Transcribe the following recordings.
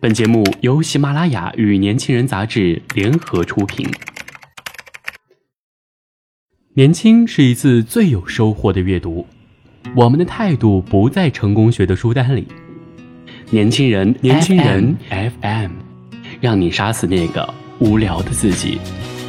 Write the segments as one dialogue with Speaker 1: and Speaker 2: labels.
Speaker 1: 本节目由喜马拉雅与年轻人杂志联合出品。年轻是一次最有收获的阅读，我们的态度不在成功学的书单里。年轻人 FM， 让你杀死那个无聊的自己。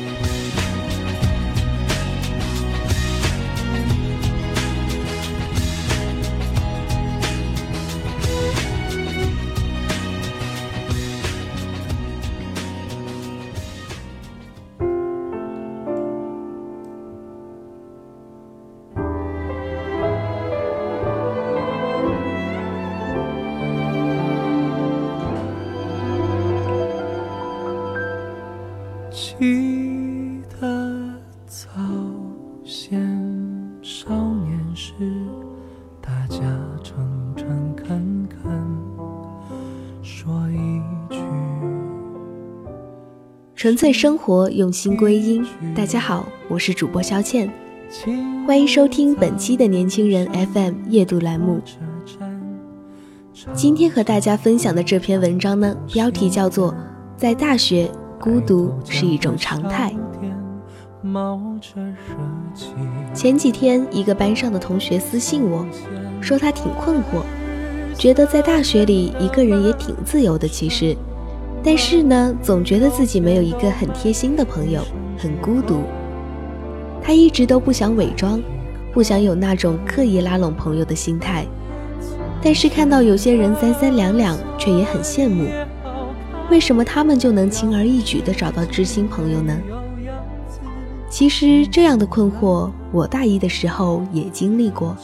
Speaker 2: 记得早先少年时，大家诚诚恳恳说一句，
Speaker 3: 纯粹生活，用心归因。大家好，我是主播肖倩，欢迎收听本期的年轻人 FM 夜读栏目。今天和大家分享的这篇文章呢，标题叫做在大学孤独是一种常态。前几天一个班上的同学私信我，说他挺困惑，觉得在大学里一个人也挺自由的其实，但是呢，总觉得自己没有一个很贴心的朋友，很孤独。他一直都不想伪装，不想有那种刻意拉拢朋友的心态，但是看到有些人三三两两，却也很羡慕。为什么他们就能轻而易举地找到知心朋友呢？其实这样的困惑，我大一的时候也经历过。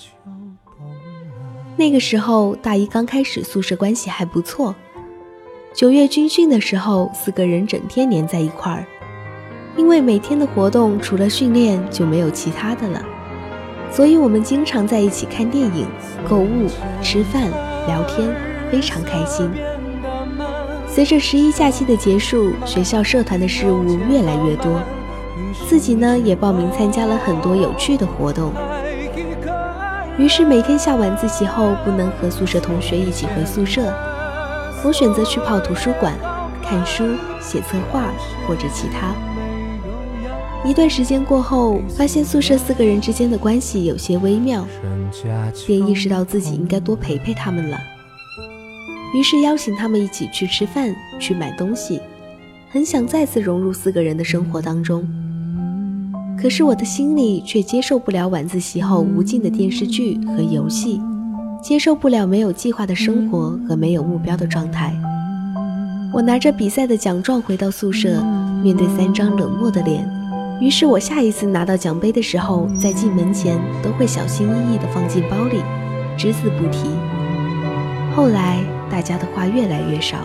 Speaker 3: 那个时候大一刚开始，宿舍关系还不错。9月军训的时候，4个人整天黏在一块儿，因为每天的活动除了训练就没有其他的了，所以我们经常在一起看电影、购物、吃饭、聊天，非常开心。随着11假期的结束，学校社团的事务越来越多，自己呢也报名参加了很多有趣的活动。于是每天下晚自习后不能和宿舍同学一起回宿舍，我选择去泡图书馆看书、写策划或者其他。一段时间过后，发现宿舍4个人之间的关系有些微妙，便意识到自己应该多陪陪他们了。于是邀请他们一起去吃饭，去买东西，很想再次融入4个人的生活当中。可是我的心里却接受不了晚自习后无尽的电视剧和游戏，接受不了没有计划的生活和没有目标的状态。我拿着比赛的奖状回到宿舍，面对3张冷漠的脸，于是我下一次拿到奖杯的时候，在进门前都会小心翼翼地放进包里，只字不提。后来大家的话越来越少。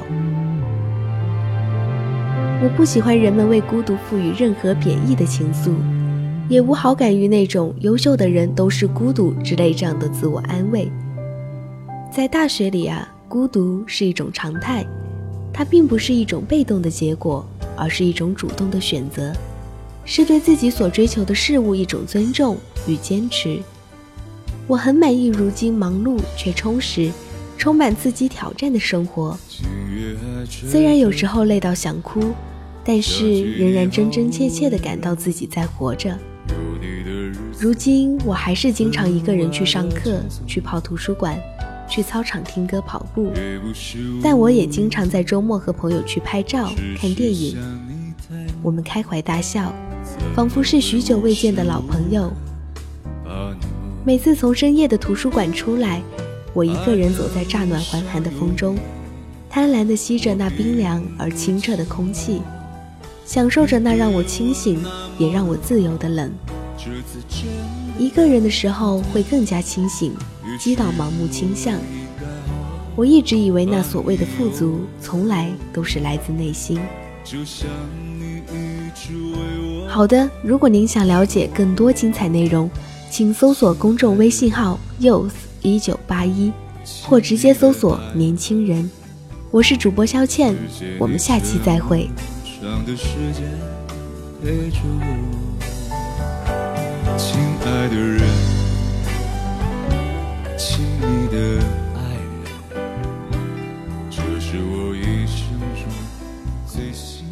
Speaker 3: 我不喜欢人们为孤独赋予任何贬义的情愫，也无好感于那种优秀的人都是孤独之类这样的自我安慰。在大学里啊，孤独是一种常态，它并不是一种被动的结果，而是一种主动的选择，是对自己所追求的事物一种尊重与坚持。我很满意如今忙碌却充实，充满刺激挑战的生活，虽然有时候累到想哭，但是仍然真真切切地感到自己在活着。如今我还是经常一个人去上课，去泡图书馆，去操场听歌跑步，但我也经常在周末和朋友去拍照看电影，我们开怀大笑，仿佛是许久未见的老朋友。每次从深夜的图书馆出来，我一个人走在乍暖还寒的风中，贪婪地吸着那冰凉而清澈的空气，享受着那让我清醒也让我自由的冷。一个人的时候会更加清醒，击倒盲目倾向。我一直以为那所谓的富足从来都是来自内心。好的，如果您想了解更多精彩内容，请搜索公众微信号 youth1981 或直接搜索年轻人。我是主播肖倩，我们下期再会。
Speaker 2: 亲爱的人，亲密的爱人，这是我内心